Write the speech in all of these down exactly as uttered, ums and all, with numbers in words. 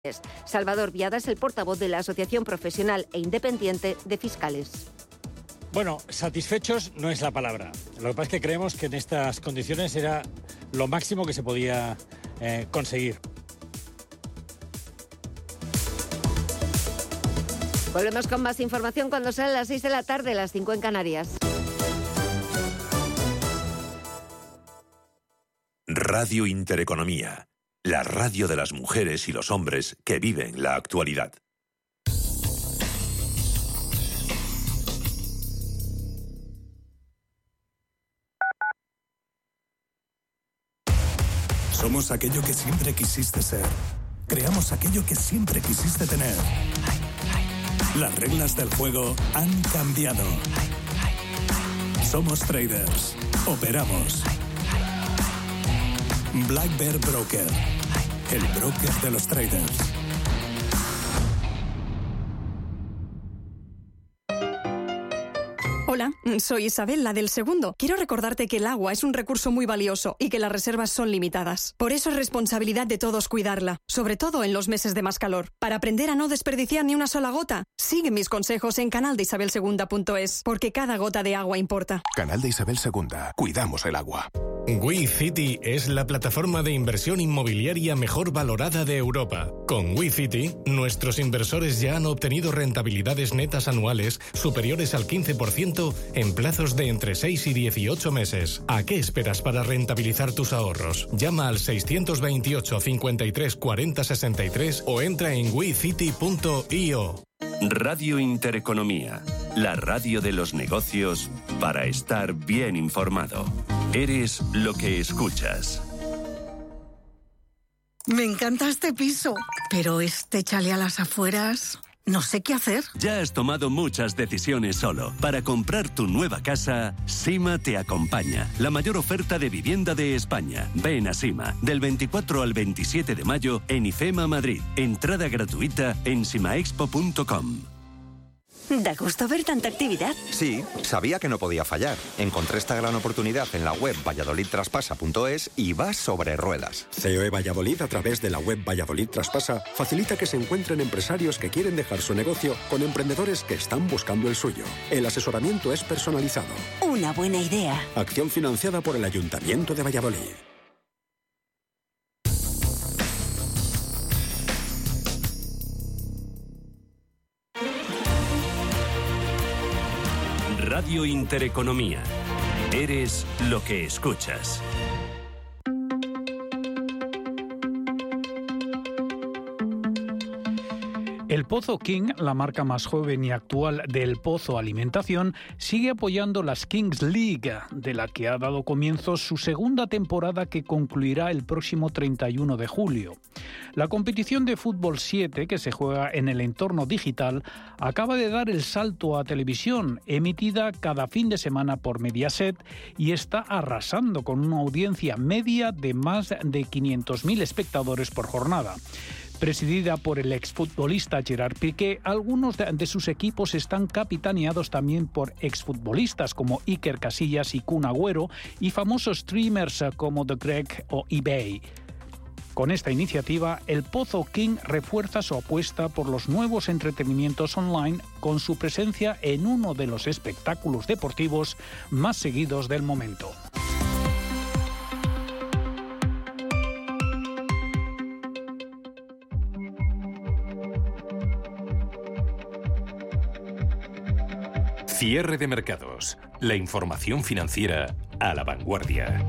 Salvador Viada es el portavoz de la Asociación Profesional e Independiente de Fiscales. Bueno, satisfechos no es la palabra. Lo que pasa es que creemos que en estas condiciones era lo máximo que se podía eh, conseguir. Volvemos con más información cuando sean las seis de la tarde, las cinco en Canarias. Radio Intereconomía, la radio de las mujeres y los hombres que viven la actualidad. Somos aquello que siempre quisiste ser. Creamos aquello que siempre quisiste tener. Las reglas del juego han cambiado. Somos traders. Operamos. Black Bear Broker. El broker de los traders. Hola, soy Isabel, la del segundo. Quiero recordarte que el agua es un recurso muy valioso y que las reservas son limitadas. Por eso es responsabilidad de todos cuidarla, sobre todo en los meses de más calor. Para aprender a no desperdiciar ni una sola gota, sigue mis consejos en canal de isabel segunda punto es, porque cada gota de agua importa. Canal de Isabel segunda. Cuidamos el agua. WeCity es la plataforma de inversión inmobiliaria mejor valorada de Europa. Con WeCity, nuestros inversores ya han obtenido rentabilidades netas anuales superiores al quince por ciento en plazos de entre seis y dieciocho meses. ¿A qué esperas para rentabilizar tus ahorros? Llama al seiscientos veintiocho, cincuenta y tres, cuarenta, sesenta y tres o entra en we city punto io. Radio Intereconomía, la radio de los negocios para estar bien informado. Eres lo que escuchas. Me encanta este piso, pero este chale a las afueras... No sé qué hacer. Ya has tomado muchas decisiones solo. Para comprar tu nueva casa, Sima te acompaña. La mayor oferta de vivienda de España. Ven a Sima, del veinticuatro al veintisiete de mayo en IFEMA Madrid. Entrada gratuita en simaexpo punto com. Da gusto ver tanta actividad. Sí, sabía que no podía fallar. Encontré esta gran oportunidad en la web valladolid traspasa punto es y va sobre ruedas. C O E Valladolid, a través de la web Valladolid Traspasa, facilita que se encuentren empresarios que quieren dejar su negocio con emprendedores que están buscando el suyo. El asesoramiento es personalizado. Una buena idea. Acción financiada por el Ayuntamiento de Valladolid. Radio Intereconomía. Eres lo que escuchas. El Pozo King, la marca más joven y actual del Pozo Alimentación, sigue apoyando las Kings League, de la que ha dado comienzo su segunda temporada que concluirá el próximo treinta y uno de julio. La competición de fútbol siete, que se juega en el entorno digital, acaba de dar el salto a televisión, emitida cada fin de semana por Mediaset, y está arrasando con una audiencia media de más de quinientos mil espectadores por jornada. Presidida por el exfutbolista Gerard Piqué, algunos de sus equipos están capitaneados también por exfutbolistas como Iker Casillas y Kun Agüero y famosos streamers como The Greg o eBay. Con esta iniciativa, el Pozo King refuerza su apuesta por los nuevos entretenimientos online con su presencia en uno de los espectáculos deportivos más seguidos del momento. Cierre de mercados. La información financiera a la vanguardia.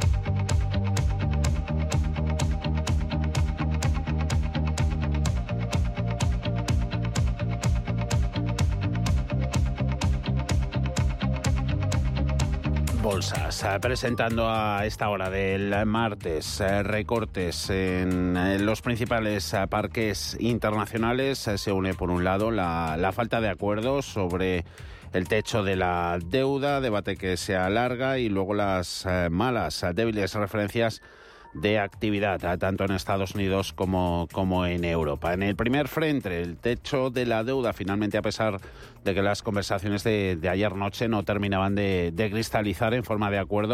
Bolsas, presentando a esta hora del martes recortes en los principales parques internacionales. Se une por un lado la, la falta de acuerdos sobre el techo de la deuda, debate que se alarga, y luego las malas, débiles referencias de actividad, tanto en Estados Unidos como, como en Europa. En el primer frente, el techo de la deuda, finalmente, a pesar de que las conversaciones de, de ayer noche no terminaban de, de cristalizar en forma de acuerdo,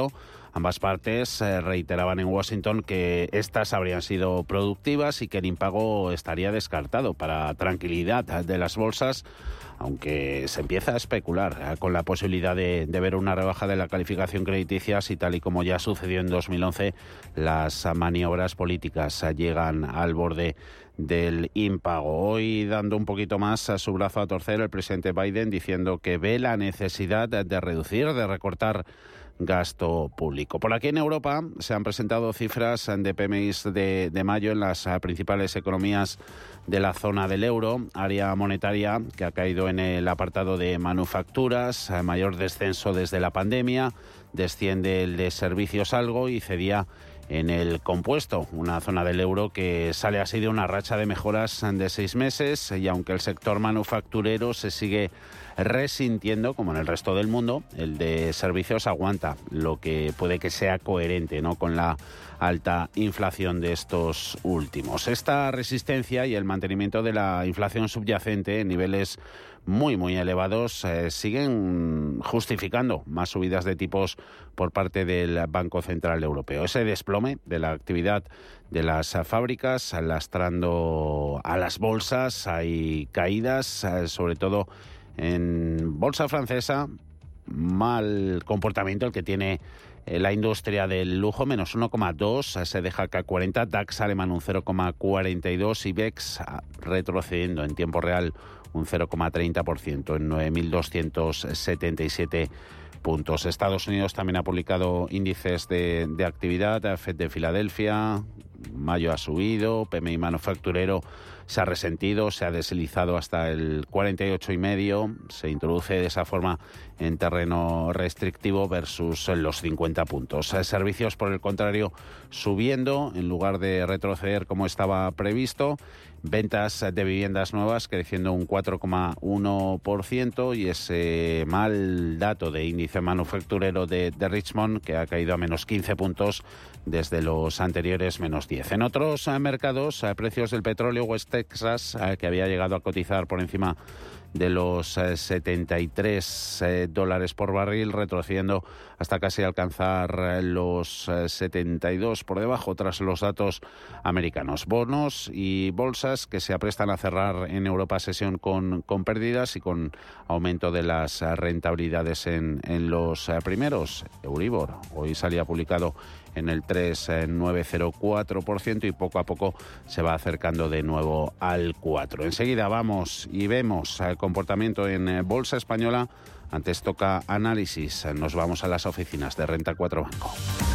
Ambas partes eh, reiteraban en Washington que estas habrían sido productivas y que el impago estaría descartado para tranquilidad de las bolsas, aunque se empieza a especular eh, con la posibilidad de, de ver una rebaja de la calificación crediticia si, tal y como ya sucedió en dos mil once, las maniobras políticas eh, llegan al borde del impago. Hoy, dando un poquito más a su brazo a torcer, el presidente Biden diciendo que ve la necesidad de, de reducir, de recortar gasto público. Por aquí en Europa se han presentado cifras de P M I de, de mayo en las principales economías de la zona del euro, área monetaria que ha caído en el apartado de manufacturas, mayor descenso desde la pandemia, desciende el de servicios algo y cedía en el compuesto, una zona del euro que sale así de una racha de mejoras de seis meses y aunque el sector manufacturero se sigue resintiendo, como en el resto del mundo, el de servicios aguanta, lo que puede que sea coherente, ¿no?, con la alta inflación de estos últimos. Esta resistencia y el mantenimiento de la inflación subyacente en niveles muy, muy elevados eh, siguen justificando más subidas de tipos por parte del Banco Central Europeo. Ese desplome de la actividad de las fábricas lastrando a las bolsas, hay caídas, eh, sobre todo en bolsa francesa, mal comportamiento el que tiene la industria del lujo, menos uno coma dos, se deja K cuarenta, DAX alemán un cero coma cuarenta y dos, IBEX retrocediendo en tiempo real un cero coma treinta por ciento en nueve mil doscientos setenta y siete puntos. Estados Unidos también ha publicado índices de, de actividad, Fed de Filadelfia, mayo ha subido, P M I manufacturero se ha resentido, se ha deslizado hasta el cuarenta y ocho y medio, se introduce de esa forma en terreno restrictivo versus los cincuenta puntos. Servicios, por el contrario, subiendo en lugar de retroceder como estaba previsto. Ventas de viviendas nuevas creciendo un cuatro coma uno por ciento y ese mal dato de índice manufacturero de, de Richmond que ha caído a menos quince puntos desde los anteriores menos diez. En otros eh, mercados, eh, precios del petróleo, West Texas, eh, que había llegado a cotizar por encima de los eh, setenta y tres eh, dólares por barril, retrocediendo hasta casi alcanzar eh, los eh, setenta y dos por debajo tras los datos americanos. Bonos y bolsas que se aprestan a cerrar en Europa sesión con, con pérdidas y con aumento de las eh, rentabilidades en, en los eh, primeros. Euribor hoy salía publicado en el tres coma novecientos cuatro por ciento y poco a poco se va acercando de nuevo al cuatro. Enseguida vamos y vemos el comportamiento en Bolsa Española. Antes toca análisis. Nos vamos a las oficinas de Renta cuatro Banco.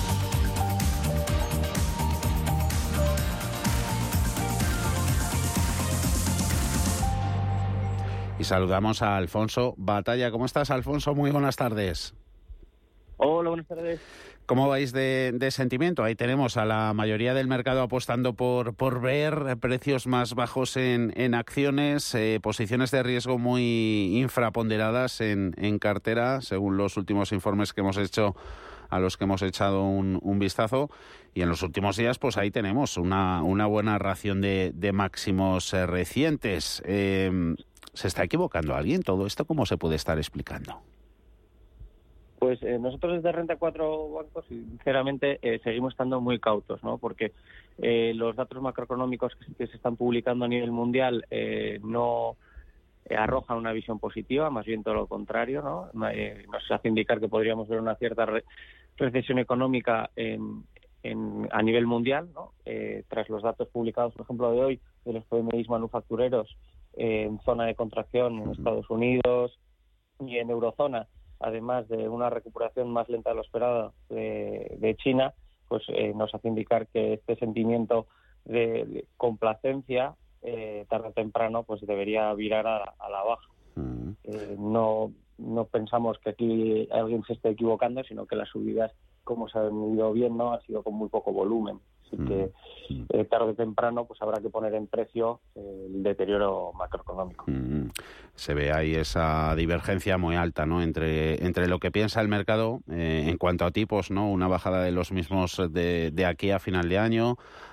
Y saludamos a Alfonso Batalla. ¿Cómo estás, Alfonso? Muy buenas tardes. Hola, buenas tardes. ¿Cómo vais de, de sentimiento? Ahí tenemos a la mayoría del mercado apostando por, por ver precios más bajos en, en acciones, eh, posiciones de riesgo muy infraponderadas en, en cartera, según los últimos informes que hemos hecho, a los que hemos echado un, un vistazo. Y en los últimos días, pues ahí tenemos una, una buena ración de, de máximos eh, recientes. Eh, ¿Se está equivocando alguien todo esto? ¿Cómo se puede estar explicando? Pues eh, nosotros desde Renta cuatro Bancos, sinceramente, eh, seguimos estando muy cautos, ¿no? Porque eh, los datos macroeconómicos que, que se están publicando a nivel mundial eh, no eh, arrojan una visión positiva, más bien todo lo contrario, ¿no? Eh, nos hace indicar que podríamos ver una cierta re- recesión económica en, en, a nivel mundial, ¿no? Eh, tras los datos publicados, por ejemplo, de hoy, de los P M I manufactureros eh, en zona de contracción en Estados Unidos y en eurozona, además de una recuperación más lenta de lo esperado de, de China, pues eh, nos hace indicar que este sentimiento de, de complacencia, eh, tarde o temprano, pues debería virar a, a la baja. Mm. Eh, no, no pensamos que aquí alguien se esté equivocando, sino que las subidas, como se han ido viendo, ha sido con muy poco volumen. Así mm. que eh, tarde o temprano pues habrá que poner en precio eh, el deterioro macroeconómico. Mm. Se ve ahí esa divergencia muy alta, ¿no?, entre entre lo que piensa el mercado eh, en cuanto a tipos, ¿no?, una bajada de los mismos de, de aquí a final de año,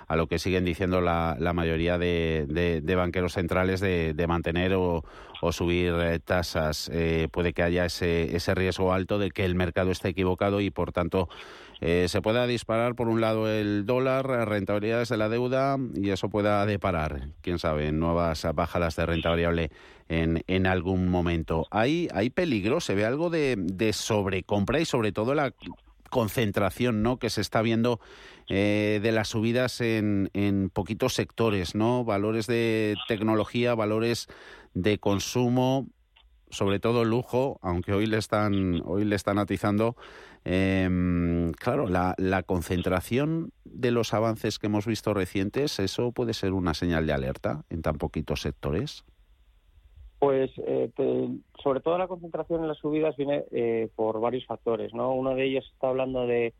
a lo que siguen diciendo la, la mayoría de, de, de banqueros centrales de, de mantener o, o subir eh, tasas. Eh, puede que haya ese, ese riesgo alto de que el mercado esté equivocado y, por tanto, eh, se pueda disparar, por un lado, el dólar, rentabilidades de la deuda, y eso pueda deparar, quién sabe, nuevas bajadas de renta variable en, en algún momento. ¿Hay, hay peligro? ¿Se ve algo de, de sobrecompra y, sobre todo, la concentración, ¿no?, que se está viendo eh, de las subidas en, en poquitos sectores, ¿no? Valores de tecnología, valores de consumo, sobre todo lujo, aunque hoy le están hoy le están atizando. Eh, claro, la, la concentración de los avances que hemos visto recientes, ¿eso puede ser una señal de alerta en tan poquitos sectores? Pues eh, te, sobre todo la concentración en las subidas viene eh, por varios factores, ¿no? Uno de ellos está hablando de,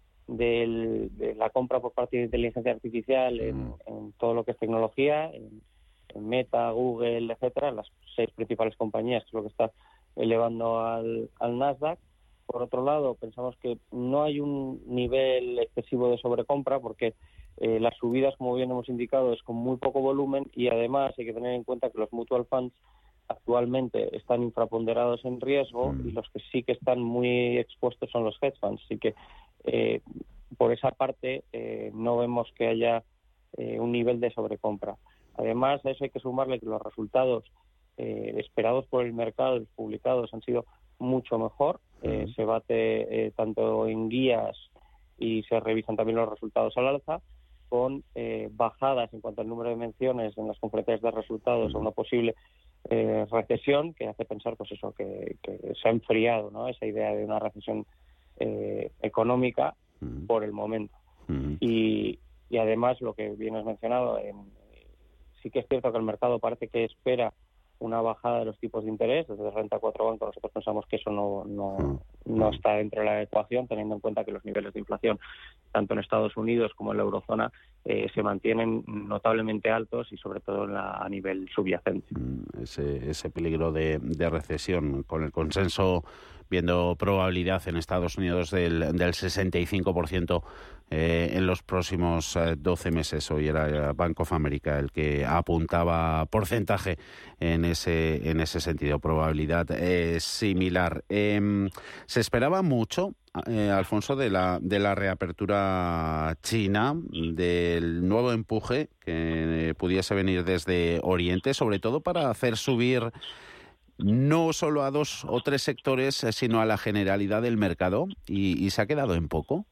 de, de la compra por parte de inteligencia artificial en, en todo lo que es tecnología, en, en Meta, Google, etcétera, las seis principales compañías, que es lo que está elevando al, al Nasdaq. Por otro lado, pensamos que no hay un nivel excesivo de sobrecompra porque eh, las subidas, como bien hemos indicado, es con muy poco volumen, y además hay que tener en cuenta que los mutual funds actualmente están infraponderados en riesgo mm. y los que sí que están muy expuestos son los hedge funds. Así que eh, por esa parte eh, no vemos que haya eh, un nivel de sobrecompra. Además, a eso hay que sumarle que los resultados eh, esperados por el mercado, los publicados, han sido mucho mejor. Eh, se bate eh, tanto en guías y se revisan también los resultados al alza, con eh, bajadas en cuanto al número de menciones en las conferencias de resultados a una posible eh, recesión, que hace pensar, pues eso, que, que se ha enfriado, ¿no?, esa idea de una recesión eh, económica mm. por el momento. Mm. Y, y además, lo que bien has mencionado, eh, sí que es cierto que el mercado parece que espera una bajada de los tipos de interés desde renta cuatro banco. Nosotros pensamos que eso no, no, no está dentro de la ecuación, teniendo en cuenta que los niveles de inflación, tanto en Estados Unidos como en la eurozona, eh, se mantienen notablemente altos y sobre todo en la, a nivel subyacente. Ese, ese peligro de, de recesión, con el consenso viendo probabilidad en Estados Unidos del, del sesenta y cinco por ciento eh, en los próximos eh, doce meses. Hoy era Bank of America el que apuntaba porcentaje en ese en ese sentido, probabilidad eh, similar. Eh, se esperaba mucho, eh, Alfonso, de la de la reapertura china, del nuevo empuje que eh, pudiese venir desde Oriente, sobre todo para hacer subir no solo a dos o tres sectores, sino a la generalidad del mercado, y, y se ha quedado en poco.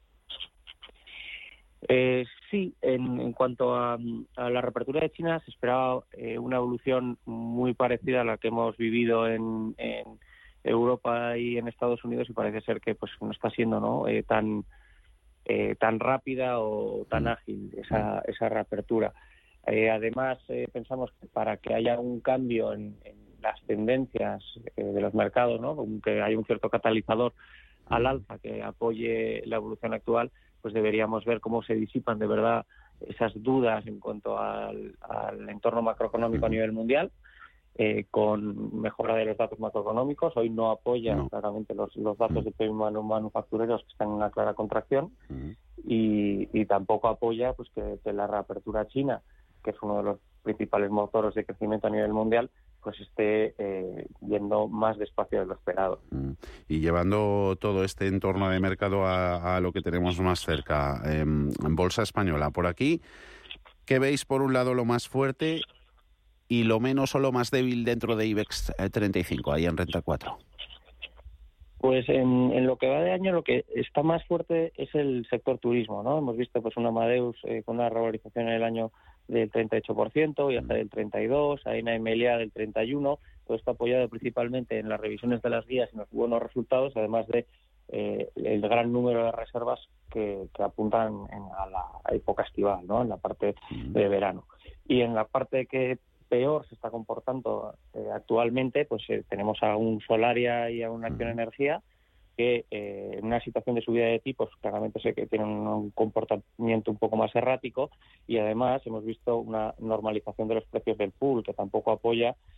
Eh, sí, en, en cuanto a, a la reapertura de China, se esperaba eh, una evolución muy parecida a la que hemos vivido en, en Europa y en Estados Unidos, y parece ser que pues no está siendo, ¿no?, eh, tan eh, tan rápida o tan ágil esa, esa reapertura. Eh, además, eh, pensamos que para que haya un cambio en, en las tendencias eh, de los mercados, ¿no?, que haya un cierto catalizador al alza que apoye la evolución actual, pues deberíamos ver cómo se disipan de verdad esas dudas en cuanto al, al entorno macroeconómico a nivel mundial, eh, con mejora de los datos macroeconómicos. Hoy no apoya no. claramente los, los datos de P M I manufactureros, que están en una clara contracción, uh-huh. y, y tampoco apoya pues que, que la reapertura china, que es uno de los principales motores de crecimiento a nivel mundial, pues esté eh, yendo más despacio de lo esperado. Y llevando todo este entorno de mercado a, a lo que tenemos más cerca, eh, en Bolsa Española, por aquí, ¿qué veis por un lado lo más fuerte y lo menos o lo más débil dentro de IBEX treinta y cinco, ahí en renta cuatro? Pues en, en lo que va de año, lo que está más fuerte es el sector turismo, ¿no? Hemos visto pues un Amadeus eh, con una revalorización en el año del treinta y ocho por ciento y hasta del treinta y dos por ciento, Aena y Meliá del treinta y uno por ciento, todo está apoyado principalmente en las revisiones de las guías y en los buenos resultados, además de eh, el gran número de reservas que, que apuntan en, a la época estival, ¿no?, en la parte de verano. Y en la parte que peor se está comportando eh, actualmente, pues eh, tenemos a un Solaria y a una Acción Energía, que eh, en una situación de subida de tipos claramente sé que tienen un comportamiento un poco más errático, y además hemos visto una normalización de los precios del pool, que tampoco apoya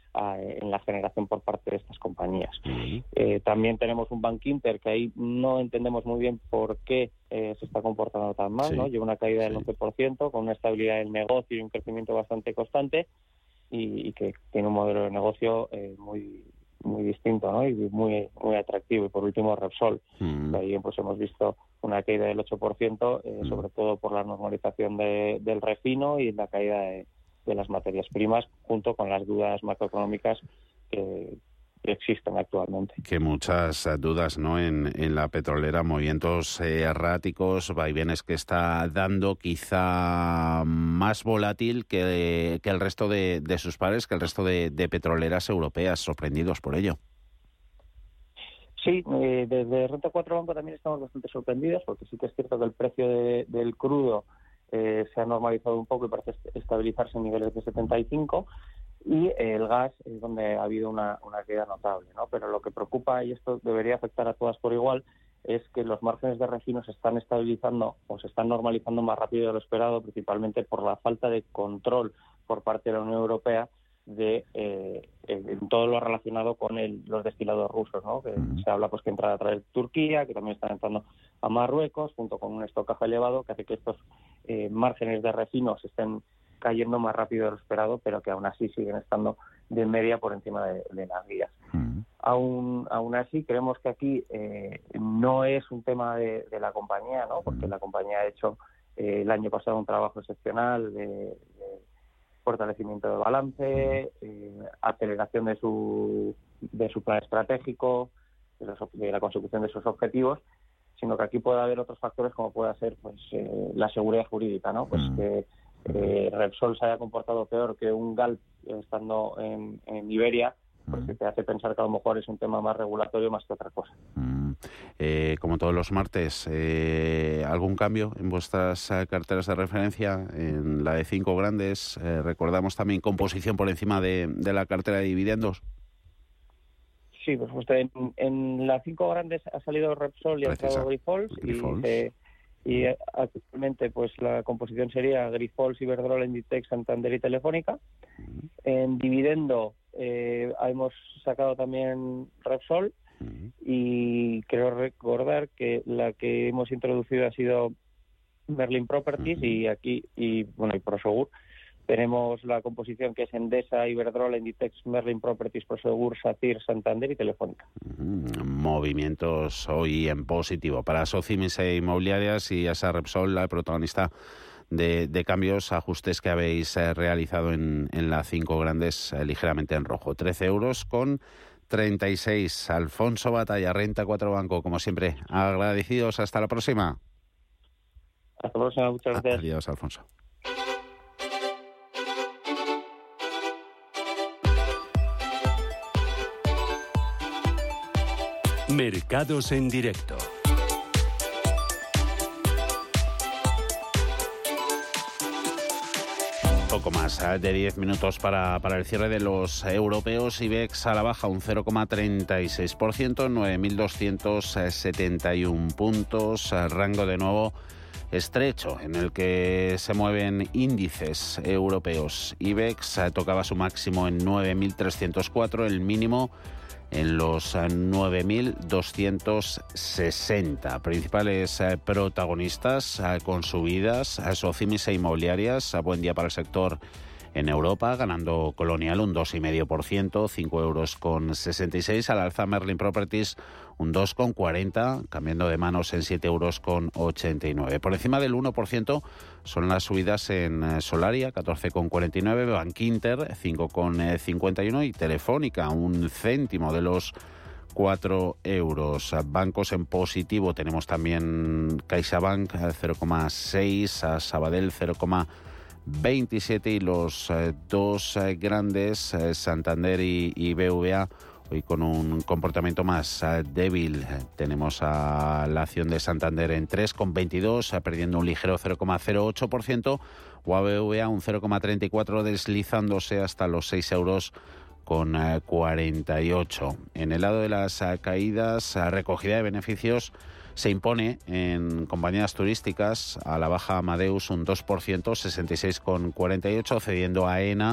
a, en la generación por parte de estas compañías. Uh-huh. Eh, también tenemos un Bankinter que ahí no entendemos muy bien por qué eh, se está comportando tan mal, sí. ¿no? Lleva una caída del sí. once por ciento, con una estabilidad del negocio y un crecimiento bastante constante, y, y que tiene un modelo de negocio eh, muy muy distinto, ¿no? Y muy muy atractivo. Y por último, Repsol. Mm. Ahí pues hemos visto una caída del ocho por ciento, eh, mm. sobre todo por la normalización de, del refino y la caída de, de las materias primas, junto con las dudas macroeconómicas que, que existen actualmente. Que muchas dudas, ¿no? En, en la petrolera, movimientos eh, erráticos, vaivenes que está dando, quizá más volátil que, que el resto de, de sus pares, que el resto de, de petroleras europeas, sorprendidos por ello. Sí, eh, desde Renta cuatro Banco también estamos bastante sorprendidos, porque sí que es cierto que el precio de, del crudo eh, se ha normalizado un poco y parece estabilizarse en niveles de setenta y cinco, y el gas es donde ha habido una, una caída notable, ¿no? Pero lo que preocupa, y esto debería afectar a todas por igual, es que los márgenes de refino se están estabilizando o se están normalizando más rápido de lo esperado, principalmente por la falta de control por parte de la Unión Europea de eh, en todo lo relacionado con el, los destilados rusos, ¿no? Que mm. se habla pues que entra a través de Turquía, que también están entrando a Marruecos, junto con un estocaje elevado, que hace que estos eh, márgenes de refino se estén cayendo más rápido de lo esperado, pero que aún así siguen estando de media por encima de, de las guías. Mm. Aún, aún así, creemos que aquí eh, no es un tema de, de la compañía, ¿no? Porque la compañía ha hecho eh, el año pasado un trabajo excepcional de, de fortalecimiento de balance, eh, aceleración de su de su plan estratégico, de, los, de la consecución de sus objetivos, sino que aquí puede haber otros factores como pueda ser pues eh, la seguridad jurídica, ¿no? Pues mm. que Eh, Repsol se haya comportado peor que un Galp estando en, en Iberia, pues mm. te hace pensar que a lo mejor es un tema más regulatorio más que otra cosa. Mm. Eh, como todos los martes, eh, ¿algún cambio en vuestras eh, carteras de referencia? En la de cinco grandes, eh, recordamos también composición por encima de, de la cartera de dividendos. Sí, pues justo en, en las cinco grandes ha salido Repsol y ha entrado Grifols, Grifols. y eh, Y actualmente pues la composición sería Grifols, Iberdrola, Inditex, Santander y Telefónica. Uh-huh. En dividendo eh, hemos sacado también Repsol, uh-huh. y creo recordar que la que hemos introducido ha sido Merlin Properties, uh-huh. y aquí y bueno y Prosegur tenemos la composición que es Endesa, Iberdrola, Inditex, Merlin Properties, Prosegur, Sacyr, Santander y Telefónica. Mm, movimientos hoy en positivo para Socimis e Inmobiliarias, y esa Repsol, la protagonista de, de cambios, ajustes que habéis eh, realizado en, en las cinco grandes, eh, ligeramente en rojo. trece euros con treinta y seis. Alfonso Batalla, Renta cuatro Banco, como siempre, agradecidos. Hasta la próxima. Hasta la próxima, muchas gracias. Adiós, Alfonso. Mercados en directo. Poco más de diez minutos para, para el cierre de los europeos. IBEX a la baja un cero coma treinta y seis por ciento, nueve mil doscientos setenta y uno puntos. Rango de nuevo estrecho en el que se mueven índices europeos. IBEX tocaba su máximo en nueve mil trescientos cuatro, el mínimo en los nueve mil doscientos sesenta. Principales eh, protagonistas eh, con subidas, eh, Socimis e Inmobiliarias. A buen día para el sector en Europa, ganando Colonial un dos coma cinco por ciento, cinco euros con sesenta y seis. Al alza Merlin Properties un dos coma cuarenta, cambiando de manos en siete euros con ochenta y nueve. Por encima del uno por ciento son las subidas en Solaria, catorce coma cuarenta y nueve, Bankinter cinco coma cincuenta y uno y Telefónica un céntimo de los cuatro euros. Bancos en positivo tenemos también CaixaBank cero coma seis, Sabadell cero coma veintisiete, y los eh, dos eh, grandes, eh, Santander y, y B V A, hoy con un comportamiento más eh, débil. Tenemos a la acción de Santander en tres coma veintidós, eh, perdiendo un ligero cero coma cero ocho por ciento, o a B V A un cero coma treinta y cuatro, deslizándose hasta los seis euros con eh, cuarenta y ocho. En el lado de las eh, caídas, eh, recogida de beneficios se impone en compañías turísticas. A la baja Amadeus un dos por ciento, sesenta y seis coma cuarenta y ocho, cediendo a AENA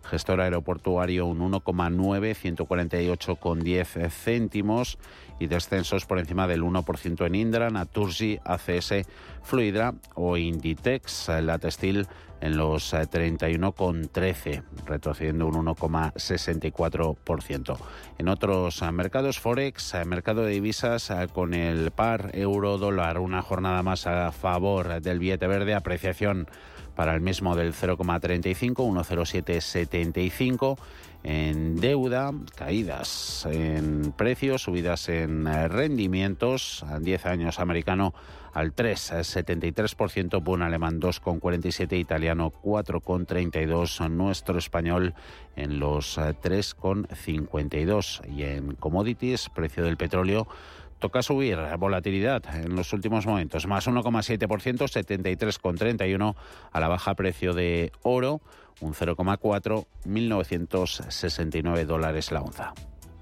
Gestor aeroportuario un uno coma nueve, ciento cuarenta y ocho coma diez céntimos. Y descensos por encima del uno por ciento en Indra, Naturgy, A C S, Fluidra o Inditex. La textil en los treinta y uno coma trece, retrocediendo un uno coma sesenta y cuatro por ciento. En otros mercados, Forex, mercado de divisas con el par euro-dólar, una jornada más a favor del billete verde, apreciación para el mismo del cero coma treinta y cinco, uno coma cero siete setenta y cinco. En deuda, caídas en precios, subidas en rendimientos, a diez años americano al tres coma setenta y tres por ciento, buen alemán dos coma cuarenta y siete, italiano cuatro coma treinta y dos, nuestro español en los tres coma cincuenta y dos. Y en commodities, precio del petróleo toca subir, volatilidad en los últimos momentos, más uno coma siete por ciento, setenta y tres coma treinta y uno, a la baja precio de oro, un cero coma cuatro, mil novecientos sesenta y nueve dólares la onza.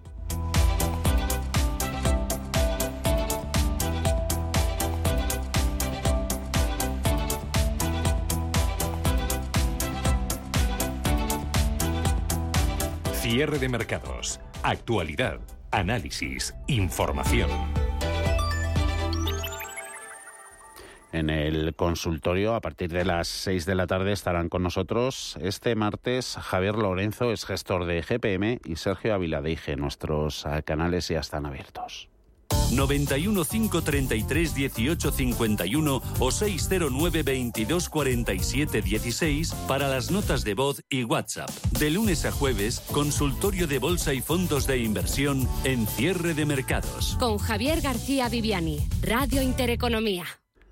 Cierre de mercados, actualidad, análisis, información. En el consultorio, a partir de las seis de la tarde, estarán con nosotros este martes Javier Lorenzo, es gestor de G P M, y Sergio Ávila de I G E. Nuestros canales ya están abiertos. noventa y uno, cinco treinta y tres, dieciocho cincuenta y uno o seis cero nueve, veintidós cuarenta y siete dieciséis para las notas de voz y WhatsApp. De lunes a jueves, consultorio de bolsa y fondos de inversión en Cierre de Mercados. Con Javier García Viviani, Radio Intereconomía.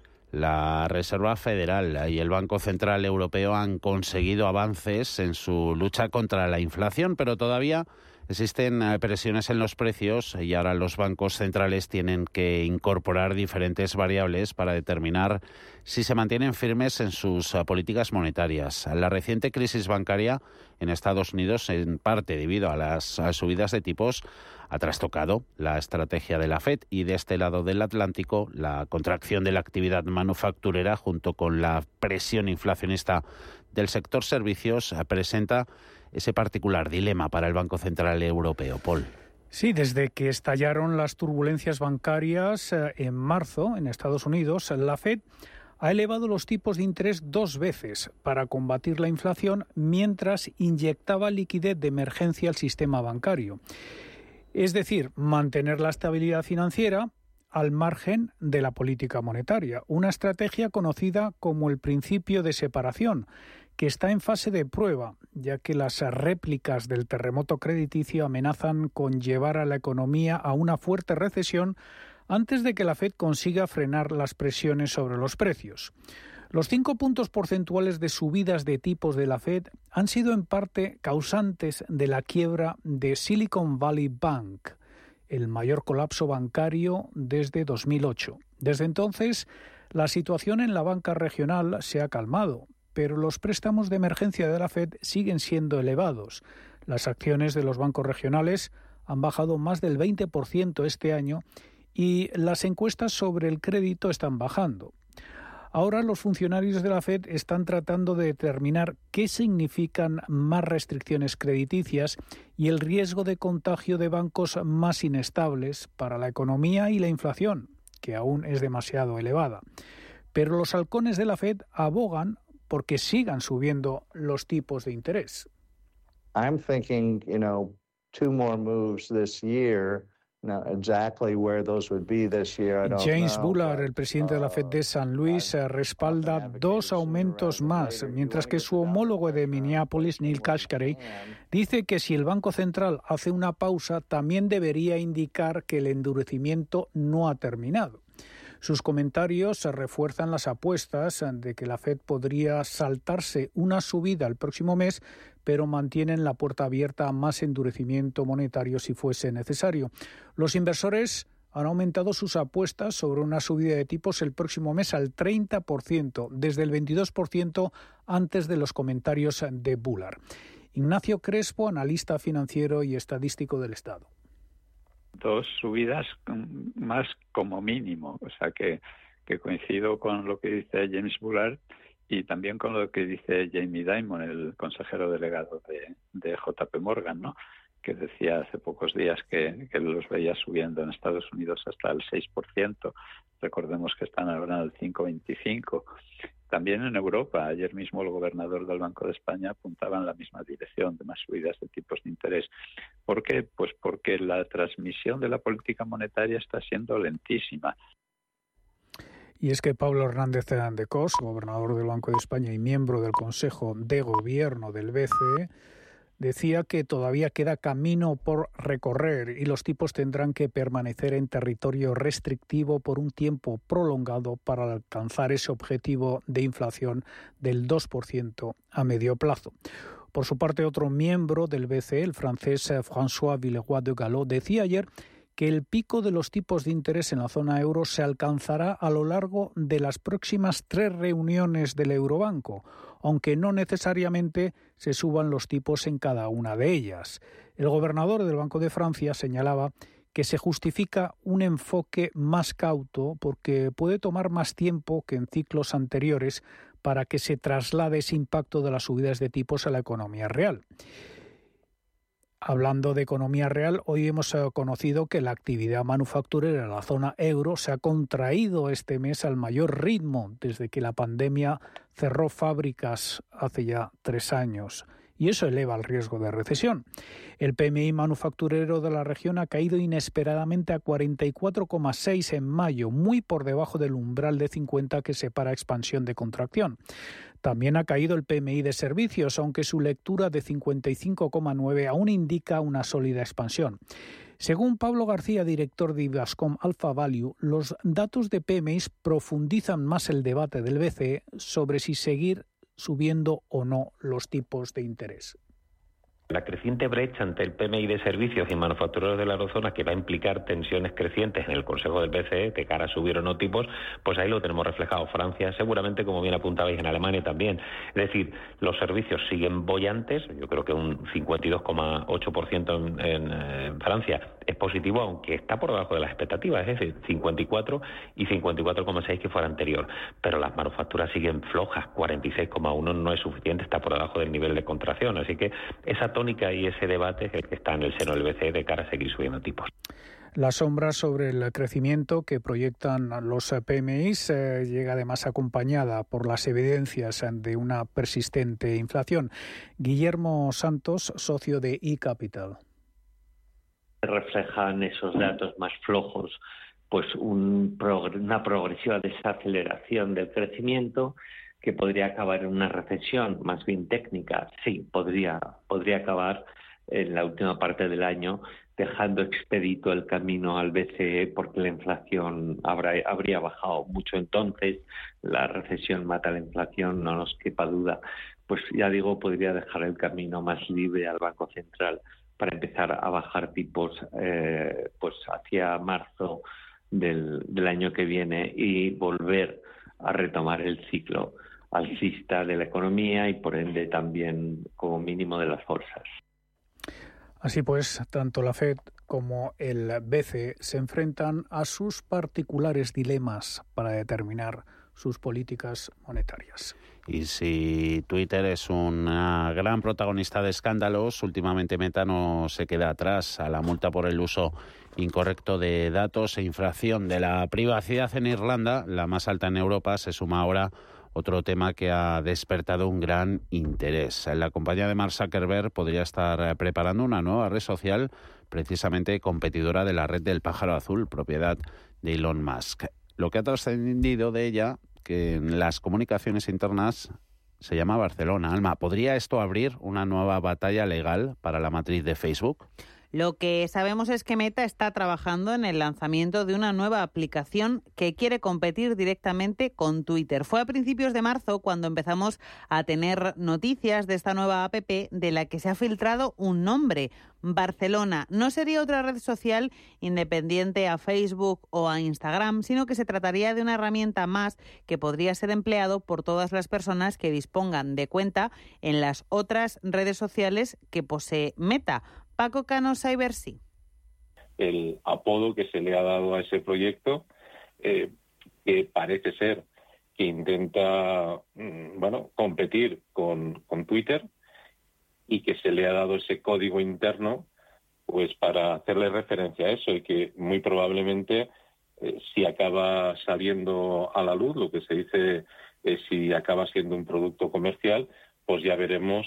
La Reserva Federal y el Banco Central Europeo han conseguido avances en su lucha contra la inflación, pero todavía existen presiones en los precios y ahora los bancos centrales tienen que incorporar diferentes variables para determinar si se mantienen firmes en sus políticas monetarias. La reciente crisis bancaria en Estados Unidos, en parte debido a las subidas de tipos, ha trastocado la estrategia de la Fed, y de este lado del Atlántico la contracción de la actividad manufacturera junto con la presión inflacionista del sector servicios presenta ese particular dilema para el Banco Central Europeo. Paul. Sí, desde que estallaron las turbulencias bancarias eh, en marzo en Estados Unidos, la Fed ha elevado los tipos de interés dos veces para combatir la inflación mientras inyectaba liquidez de emergencia al sistema bancario. Es decir, mantener la estabilidad financiera al margen de la política monetaria, una estrategia conocida como el principio de separación, que está en fase de prueba, ya que las réplicas del terremoto crediticio amenazan con llevar a la economía a una fuerte recesión antes de que la Fed consiga frenar las presiones sobre los precios. Los cinco puntos porcentuales de subidas de tipos de la Fed han sido en parte causantes de la quiebra de Silicon Valley Bank, el mayor colapso bancario desde dos mil ocho. Desde entonces, la situación en la banca regional se ha calmado, pero los préstamos de emergencia de la Fed siguen siendo elevados. Las acciones de los bancos regionales han bajado más del veinte por ciento este año y las encuestas sobre el crédito están bajando. Ahora los funcionarios de la Fed están tratando de determinar qué significan más restricciones crediticias y el riesgo de contagio de bancos más inestables para la economía y la inflación, que aún es demasiado elevada. Pero los halcones de la Fed abogan porque sigan subiendo los tipos de interés. I'm thinking, you know, two more moves this year. Now, exactly where those would be this year, I don't James know, Bullard, but, el presidente de la Fed de San Luis, respalda dos aumentos más, mientras que su homólogo de Minneapolis, Neil Kashkari, dice que si el Banco Central hace una pausa, también debería indicar que el endurecimiento no ha terminado. Sus comentarios refuerzan las apuestas de que la Fed podría saltarse una subida el próximo mes, pero mantienen la puerta abierta a más endurecimiento monetario si fuese necesario. Los inversores han aumentado sus apuestas sobre una subida de tipos el próximo mes al treinta por ciento, desde el veintidós por ciento antes de los comentarios de Bullard. Ignacio Crespo, analista financiero y estadístico del Estado. Dos subidas más como mínimo, o sea que, que coincido con lo que dice James Bullard y también con lo que dice Jamie Dimon, el consejero delegado de, de J P Morgan, ¿no?, que decía hace pocos días que, que los veía subiendo en Estados Unidos hasta el seis por ciento. Recordemos que están ahora en el cinco coma veinticinco. También en Europa, ayer mismo el gobernador del Banco de España apuntaba en la misma dirección, de más subidas de tipos de interés. ¿Por qué? Pues porque la transmisión de la política monetaria está siendo lentísima. Y es que Pablo Hernández de Cos, gobernador del Banco de España y miembro del Consejo de Gobierno del B C E, decía que todavía queda camino por recorrer y los tipos tendrán que permanecer en territorio restrictivo por un tiempo prolongado para alcanzar ese objetivo de inflación del dos por ciento a medio plazo. Por su parte, otro miembro del B C E, el francés François Villeroy de Galhau, decía ayer que el pico de los tipos de interés en la zona euro se alcanzará a lo largo de las próximas tres reuniones del Eurobanco, aunque no necesariamente se suban los tipos en cada una de ellas. El gobernador del Banco de Francia señalaba que se justifica un enfoque más cauto porque puede tomar más tiempo que en ciclos anteriores para que se traslade ese impacto de las subidas de tipos a la economía real. Hablando de economía real, hoy hemos conocido que la actividad manufacturera en la zona euro se ha contraído este mes al mayor ritmo desde que la pandemia cerró fábricas hace ya tres años. Y eso eleva el riesgo de recesión. El P M I manufacturero de la región ha caído inesperadamente a cuarenta y cuatro coma seis en mayo, muy por debajo del umbral de cincuenta que separa expansión de contracción. También ha caído el P M I de servicios, aunque su lectura de cincuenta y cinco coma nueve aún indica una sólida expansión. Según Pablo García, director de Ibascom Alpha Value, los datos de P M Is profundizan más el debate del B C E sobre si seguir subiendo o no los tipos de interés. La creciente brecha entre el P M I de servicios y manufactureros de la eurozona, que va a implicar tensiones crecientes en el Consejo del B C E de cara a subir o no tipos, pues ahí lo tenemos reflejado. Francia, seguramente, como bien apuntabais, en Alemania también. Es decir, los servicios siguen bollantes, yo creo que un cincuenta y dos coma ocho por ciento en, en, en Francia es positivo, aunque está por debajo de las expectativas, es decir, cincuenta y cuatro y cincuenta y cuatro coma seis que fuera anterior. Pero las manufacturas siguen flojas, cuarenta y seis coma uno no es suficiente, está por debajo del nivel de contracción. Así que esa tónica y ese debate es el que está en el seno del B C E de cara a seguir subiendo tipos. La sombra sobre el crecimiento que proyectan los P M Is eh, llega además acompañada por las evidencias de una persistente inflación. Guillermo Santos, socio de eCapital. Reflejan esos datos más flojos pues un progr- una progresiva desaceleración del crecimiento que podría acabar en una recesión más bien técnica. Sí, podría, podría acabar en la última parte del año, dejando expedito el camino al B C E porque la inflación habrá, habría bajado mucho. Entonces, la recesión mata la inflación, no nos quepa duda. Pues ya digo, podría dejar el camino más libre al Banco Central para empezar a bajar tipos eh, pues hacia marzo del, del año que viene y volver a retomar el ciclo alcista de la economía y por ende también como mínimo de las bolsas. Así pues, tanto la Fed como el B C E se enfrentan a sus particulares dilemas para determinar sus políticas monetarias. Y si Twitter es una gran protagonista de escándalos, últimamente Meta no se queda atrás. A la multa por el uso incorrecto de datos e infracción de la privacidad en Irlanda, la más alta en Europa, se suma ahora otro tema que ha despertado un gran interés. La compañía de Mark Zuckerberg podría estar preparando una nueva red social, precisamente competidora de la red del pájaro azul, propiedad de Elon Musk. Lo que ha trascendido de ella, que en las comunicaciones internas se llama Barcelona. Alma, ¿podría esto abrir una nueva batalla legal para la matriz de Facebook? Lo que sabemos es que Meta está trabajando en el lanzamiento de una nueva aplicación que quiere competir directamente con Twitter. Fue a principios de marzo cuando empezamos a tener noticias de esta nueva app de la que se ha filtrado un nombre, Barcelona. No sería otra red social independiente a Facebook o a Instagram, sino que se trataría de una herramienta más que podría ser empleado por todas las personas que dispongan de cuenta en las otras redes sociales que posee Meta. Paco Cano, CyberSea. El apodo que se le ha dado a ese proyecto, eh, que parece ser que intenta, bueno, competir con, con Twitter y que se le ha dado ese código interno pues para hacerle referencia a eso y que muy probablemente eh, si acaba saliendo a la luz, lo que se dice eh, si acaba siendo un producto comercial, pues ya veremos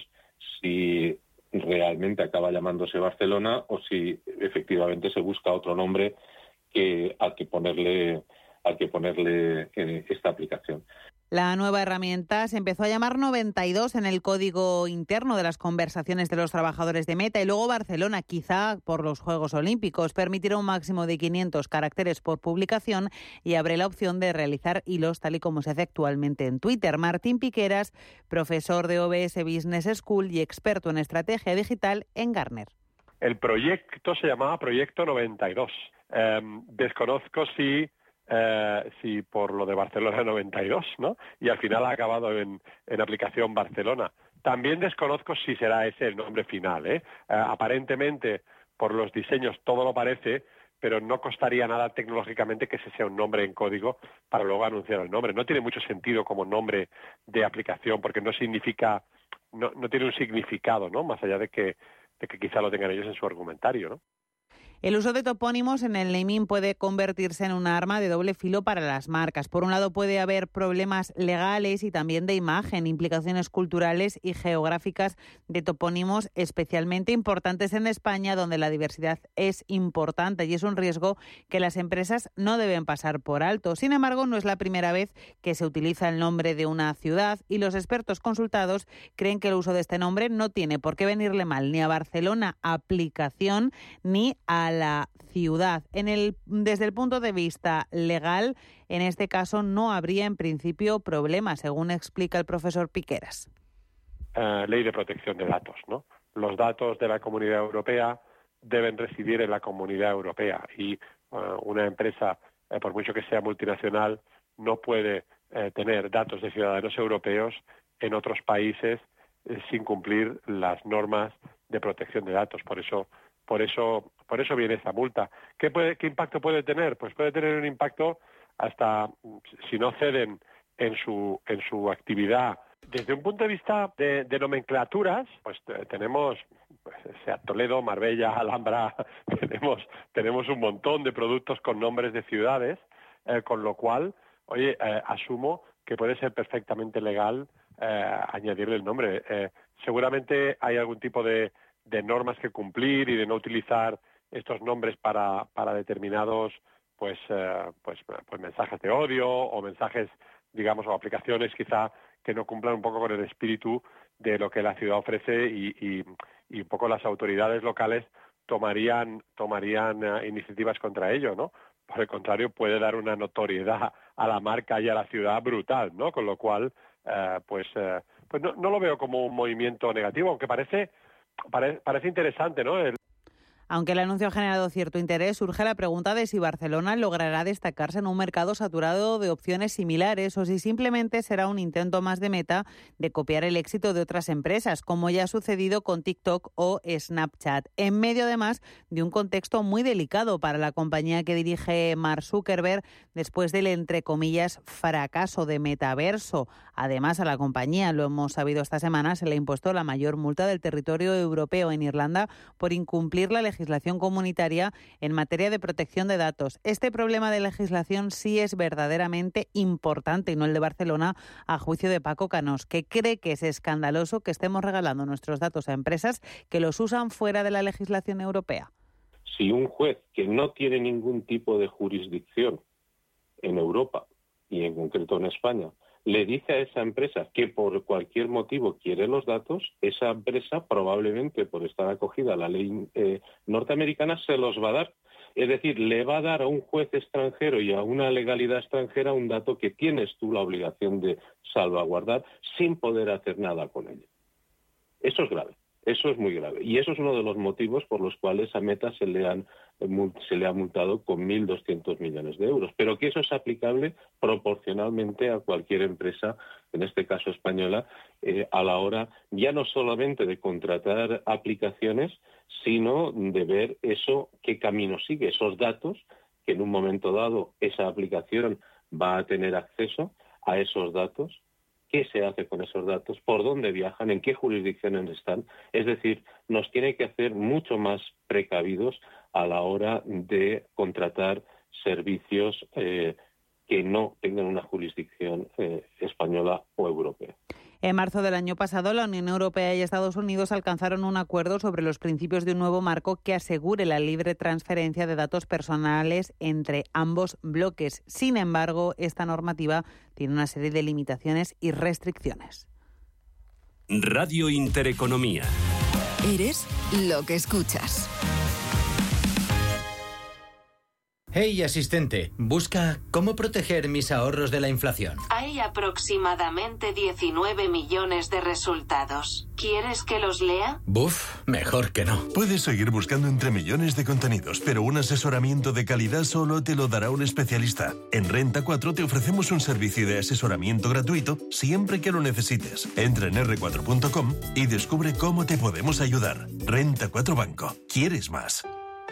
si realmente acaba llamándose Barcelona o si efectivamente se busca otro nombre que al que ponerle al que ponerle eh, esta aplicación. La nueva herramienta se empezó a llamar noventa y dos en el código interno de las conversaciones de los trabajadores de Meta y luego Barcelona, quizá por los Juegos Olímpicos, permitirá un máximo de quinientos caracteres por publicación y abre la opción de realizar hilos tal y como se hace actualmente en Twitter. Martín Piqueras, profesor de O B S Business School y experto en estrategia digital en Gartner. El proyecto se llamaba Proyecto noventa y dos. Eh, desconozco si... Eh, sí, por lo de Barcelona noventa y dos, ¿no? Y al final ha acabado en, en aplicación Barcelona. También desconozco si será ese el nombre final, ¿eh? Eh, aparentemente, por los diseños todo lo parece, pero no costaría nada tecnológicamente que ese sea un nombre en código para luego anunciar el nombre. No tiene mucho sentido como nombre de aplicación porque no significa, no, no tiene un significado, ¿no? Más allá de que, de que quizá lo tengan ellos en su argumentario, ¿no? El uso de topónimos en el naming puede convertirse en un arma de doble filo para las marcas. Por un lado puede haber problemas legales y también de imagen, implicaciones culturales y geográficas de topónimos especialmente importantes en España, donde la diversidad es importante y es un riesgo que las empresas no deben pasar por alto. Sin embargo, no es la primera vez que se utiliza el nombre de una ciudad y los expertos consultados creen que el uso de este nombre no tiene por qué venirle mal ni a Barcelona aplicación ni a la ciudad. En el, desde el punto de vista legal, en este caso no habría en principio problema, según explica el profesor Piqueras. Uh, ley de protección de datos, ¿no? Los datos de la Comunidad Europea deben residir en la Comunidad Europea y uh, una empresa, eh, por mucho que sea multinacional, no puede eh, tener datos de ciudadanos europeos en otros países eh, sin cumplir las normas de protección de datos. Por eso Por eso, por eso viene esta multa. ¿Qué, puede, ¿Qué impacto puede tener? Pues puede tener un impacto hasta si no ceden en su en su actividad. Desde un punto de vista de, de nomenclaturas, pues tenemos pues, sea Toledo, Marbella, Alhambra, tenemos tenemos un montón de productos con nombres de ciudades, eh, con lo cual, oye, eh, asumo que puede ser perfectamente legal eh, añadirle el nombre. Eh, seguramente hay algún tipo de de normas que cumplir y de no utilizar estos nombres para, para determinados pues, eh, pues, pues mensajes de odio o mensajes, digamos, o aplicaciones quizá que no cumplan un poco con el espíritu de lo que la ciudad ofrece y, y, y un poco las autoridades locales tomarían, tomarían uh, iniciativas contra ello, ¿no? Por el contrario, puede dar una notoriedad a la marca y a la ciudad brutal, ¿no? Con lo cual, uh, pues, uh, pues no, no lo veo como un movimiento negativo, aunque parece Parece, parece interesante, ¿no? El... Aunque el anuncio ha generado cierto interés, surge la pregunta de si Barcelona logrará destacarse en un mercado saturado de opciones similares o si simplemente será un intento más de Meta de copiar el éxito de otras empresas, como ya ha sucedido con TikTok o Snapchat, en medio además de un contexto muy delicado para la compañía que dirige Mark Zuckerberg después del, entre comillas, fracaso de Metaverso. Además, a la compañía, lo hemos sabido esta semana, se le ha impuesto la mayor multa del territorio europeo en Irlanda por incumplir la legislación legislación comunitaria en materia de protección de datos. Este problema de legislación sí es verdaderamente importante y no el de Barcelona, a juicio de Paco Canós, que cree que es escandaloso que estemos regalando nuestros datos a empresas que los usan fuera de la legislación europea. Si un juez que no tiene ningún tipo de jurisdicción en Europa y en concreto en España le dice a esa empresa que por cualquier motivo quiere los datos, esa empresa probablemente por estar acogida a la ley eh, norteamericana se los va a dar. Es decir, le va a dar a un juez extranjero y a una legalidad extranjera un dato que tienes tú la obligación de salvaguardar sin poder hacer nada con ello. Eso es grave. Eso es muy grave. Y eso es uno de los motivos por los cuales a Meta se le, han, se le ha multado con mil doscientos millones de euros. Pero que eso es aplicable proporcionalmente a cualquier empresa, en este caso española, eh, a la hora ya no solamente de contratar aplicaciones, sino de ver eso, qué camino sigue, esos datos que en un momento dado esa aplicación va a tener acceso a esos datos, qué se hace con esos datos, por dónde viajan, en qué jurisdicciones están. Es decir, nos tiene que hacer mucho más precavidos a la hora de contratar servicios eh, que no tengan una jurisdicción eh, española o europea. En marzo del año pasado, la Unión Europea y Estados Unidos alcanzaron un acuerdo sobre los principios de un nuevo marco que asegure la libre transferencia de datos personales entre ambos bloques. Sin embargo, esta normativa tiene una serie de limitaciones y restricciones. Radio Intereconomía. Eres lo que escuchas. Hey, asistente, busca cómo proteger mis ahorros de la inflación. Hay aproximadamente diecinueve millones de resultados. ¿Quieres que los lea? Buf, mejor que no. Puedes seguir buscando entre millones de contenidos, pero un asesoramiento de calidad solo te lo dará un especialista. En Renta cuatro te ofrecemos un servicio de asesoramiento gratuito siempre que lo necesites. Entra en erre cuatro punto com y descubre cómo te podemos ayudar. Renta cuatro Banco. ¿Quieres más?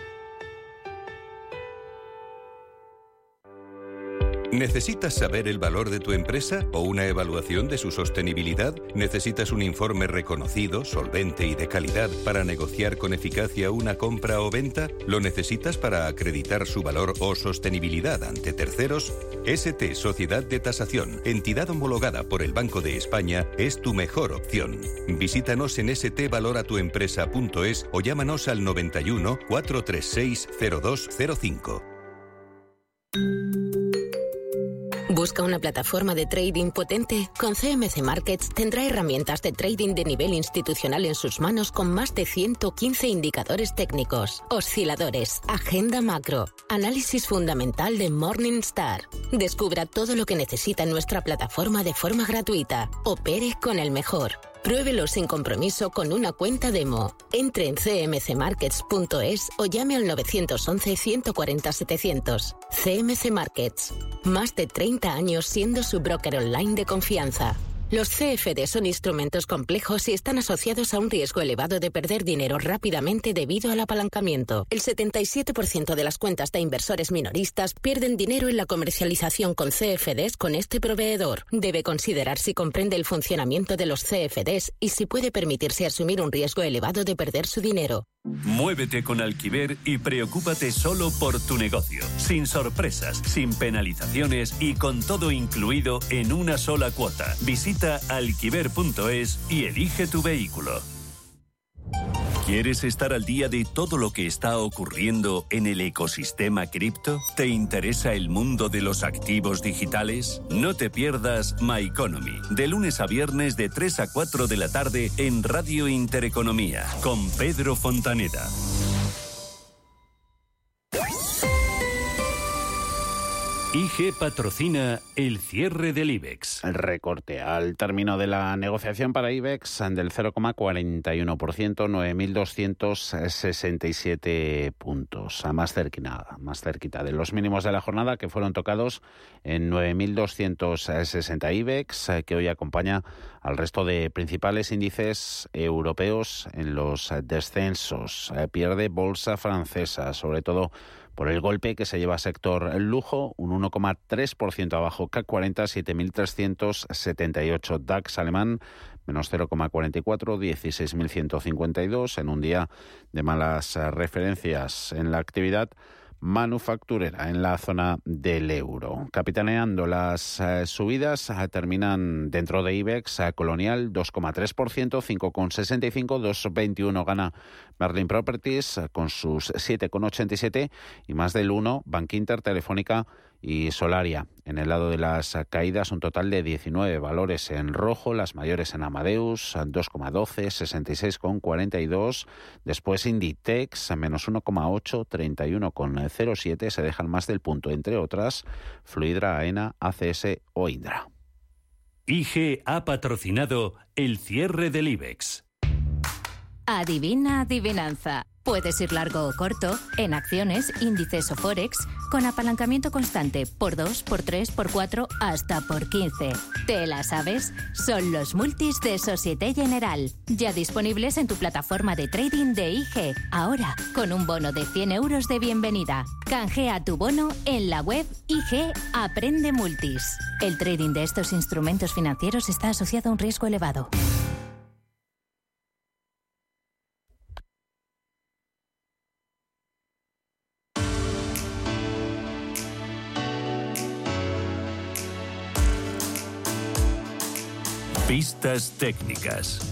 ¿Necesitas saber el valor de tu empresa o una evaluación de su sostenibilidad? ¿Necesitas un informe reconocido, solvente y de calidad para negociar con eficacia una compra o venta? ¿Lo necesitas para acreditar su valor o sostenibilidad ante terceros? S T Sociedad de Tasación, entidad homologada por el Banco de España, es tu mejor opción. Visítanos en ese te valora tu empresa punto es o llámanos al noventa y uno, cuatrocientos treinta y seis, cero dos cero cinco. ¿Busca una plataforma de trading potente? Con C M C Markets tendrá herramientas de trading de nivel institucional en sus manos con más de ciento quince indicadores técnicos, osciladores, agenda macro, análisis fundamental de Morningstar. Descubra todo lo que necesita en nuestra plataforma de forma gratuita. Opere con el mejor. Pruébelo sin compromiso con una cuenta demo. Entre en ce eme ce markets punto es o llame al nueve once, ciento cuarenta, setecientos. C M C Markets. Más de treinta años siendo su broker online de confianza. Los ce efe de son instrumentos complejos y están asociados a un riesgo elevado de perder dinero rápidamente debido al apalancamiento. El setenta y siete por ciento de las cuentas de inversores minoristas pierden dinero en la comercialización con ce efe des con este proveedor. Debe considerar si comprende el funcionamiento de los ce efe des y si puede permitirse asumir un riesgo elevado de perder su dinero. Muévete con Alquiver y preocúpate solo por tu negocio, sin sorpresas, sin penalizaciones y con todo incluido en una sola cuota. Visita alquiver punto es y elige tu vehículo. ¿Quieres estar al día de todo lo que está ocurriendo en el ecosistema cripto? ¿Te interesa el mundo de los activos digitales? No te pierdas My Economy, de lunes a viernes de tres a cuatro de la tarde en Radio Intereconomía, con Pedro Fontaneda. I G patrocina el cierre del IBEX. El recorte al término de la negociación para IBEX del cero coma cuarenta y uno por ciento, nueve mil doscientos sesenta y siete puntos. A más cerquita, más cerquita de los mínimos de la jornada que fueron tocados en nueve mil doscientos sesenta IBEX, que hoy acompaña al resto de principales índices europeos en los descensos. Pierde bolsa francesa, sobre todo por el golpe que se lleva sector lujo, un uno coma tres por ciento abajo, C A C cuarenta, siete mil trescientos setenta y ocho, DAX alemán, menos cero coma cuarenta y cuatro, dieciséis mil ciento cincuenta y dos, en un día de malas referencias en la actividad manufacturera en la zona del euro. Capitaneando las eh, subidas, eh, terminan dentro de IBEX, eh, Colonial dos coma tres por ciento, cinco coma sesenta y cinco, dos coma veintiuno gana Merlin Properties eh, con sus siete coma ochenta y siete y más del uno Bankinter, Telefónica y Solaria. En el lado de las caídas, un total de diecinueve valores en rojo, las mayores en Amadeus, dos coma doce, sesenta y seis coma cuarenta y dos. Después Inditex, menos uno coma ocho, treinta y uno coma cero siete. Se dejan más del punto, entre otras, Fluidra, AENA, A C S o Indra. I G ha patrocinado el cierre del IBEX. Adivina adivinanza. Puedes ir largo o corto, en acciones, índices o forex, con apalancamiento constante por dos, por tres, por cuatro, hasta por quince. ¿Te la sabes? Son los multis de Société Générale, ya disponibles en tu plataforma de trading de I G. Ahora, con un bono de cien euros de bienvenida. Canjea tu bono en la web I G Aprende Multis. El trading de estos instrumentos financieros está asociado a un riesgo elevado. Pistas técnicas.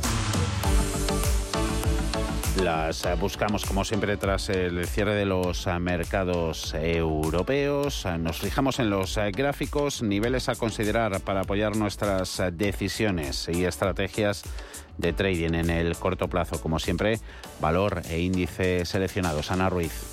Las buscamos, como siempre, tras el cierre de los mercados europeos. Nos fijamos en los gráficos, niveles a considerar para apoyar nuestras decisiones y estrategias de trading en el corto plazo. Como siempre, valor e índice seleccionados. Ana Ruiz.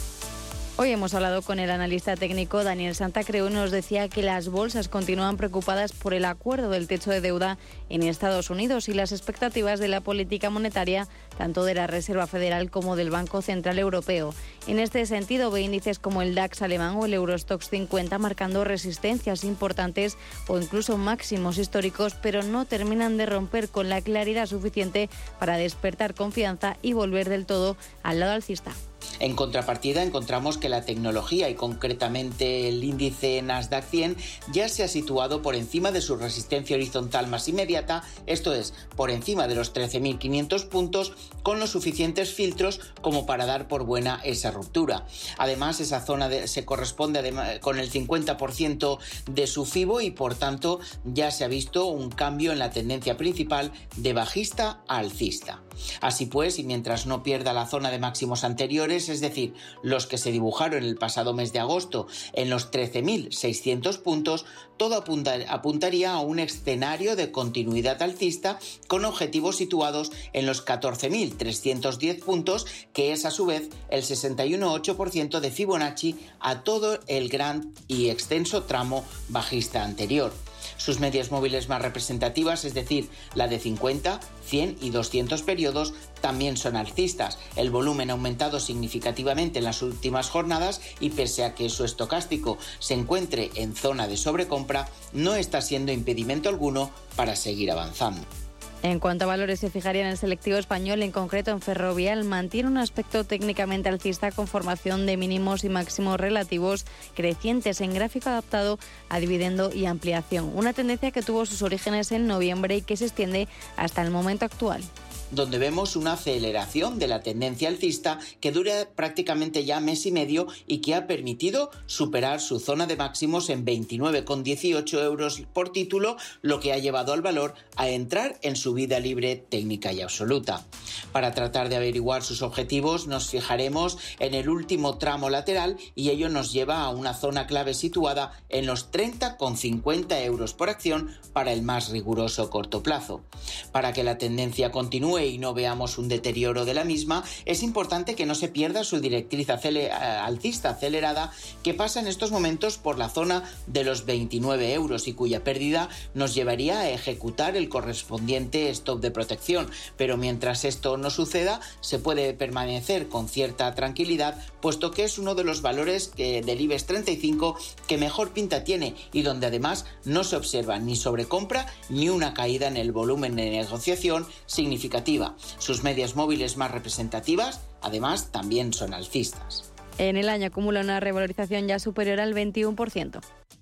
Hoy hemos hablado con el analista técnico Daniel Santacreu y nos decía que las bolsas continúan preocupadas por el acuerdo del techo de deuda en Estados Unidos y las expectativas de la política monetaria tanto de la Reserva Federal como del Banco Central Europeo. En este sentido, ve índices como el DAX alemán o el Eurostoxx cincuenta marcando resistencias importantes o incluso máximos históricos, pero no terminan de romper con la claridad suficiente para despertar confianza y volver del todo al lado alcista. En contrapartida, encontramos que la tecnología y concretamente el índice Nasdaq cien ya se ha situado por encima de su resistencia horizontal más inmediata, esto es, por encima de los trece mil quinientos puntos, con los suficientes filtros como para dar por buena esa ruptura. Además, esa zona de, se corresponde además, con el cincuenta por ciento de su FIBO y, por tanto, ya se ha visto un cambio en la tendencia principal de bajista a alcista. Así pues, y mientras no pierda la zona de máximos anteriores, es decir, los que se dibujaron el pasado mes de agosto en los trece mil seiscientos puntos, todo apunta, apuntaría a un escenario de continuidad alcista con objetivos situados en los catorce mil trescientos diez puntos, que es a su vez el sesenta y uno coma ocho por ciento de Fibonacci a todo el gran y extenso tramo bajista anterior. Sus medias móviles más representativas, es decir, la de cincuenta, cien y doscientos periodos, también son alcistas. El volumen ha aumentado significativamente en las últimas jornadas y pese a que su estocástico se encuentre en zona de sobrecompra, no está siendo impedimento alguno para seguir avanzando. En cuanto a valores, se fijaría en el selectivo español, en concreto en Ferrovial. Mantiene un aspecto técnicamente alcista con formación de mínimos y máximos relativos crecientes en gráfico adaptado a dividendo y ampliación. Una tendencia que tuvo sus orígenes en noviembre y que se extiende hasta el momento actual, donde vemos una aceleración de la tendencia alcista que dura prácticamente ya mes y medio y que ha permitido superar su zona de máximos en veintinueve coma dieciocho euros por título, lo que ha llevado al valor a entrar en subida libre técnica y absoluta. Para tratar de averiguar sus objetivos nos fijaremos en el último tramo lateral y ello nos lleva a una zona clave situada en los treinta coma cincuenta euros por acción para el más riguroso corto plazo. Para que la tendencia continúe y no veamos un deterioro de la misma, es importante que no se pierda su directriz acele- alcista acelerada que pasa en estos momentos por la zona de los veintinueve euros y cuya pérdida nos llevaría a ejecutar el correspondiente stop de protección. Pero mientras esto no suceda, se puede permanecer con cierta tranquilidad, puesto que es uno de los valores que, del IBEX treinta y cinco que mejor pinta tiene y donde además no se observa ni sobrecompra ni una caída en el volumen de negociación significativa. Sus medias móviles más representativas, además, también son alcistas. En el año acumula una revalorización ya superior al veintiuno por ciento.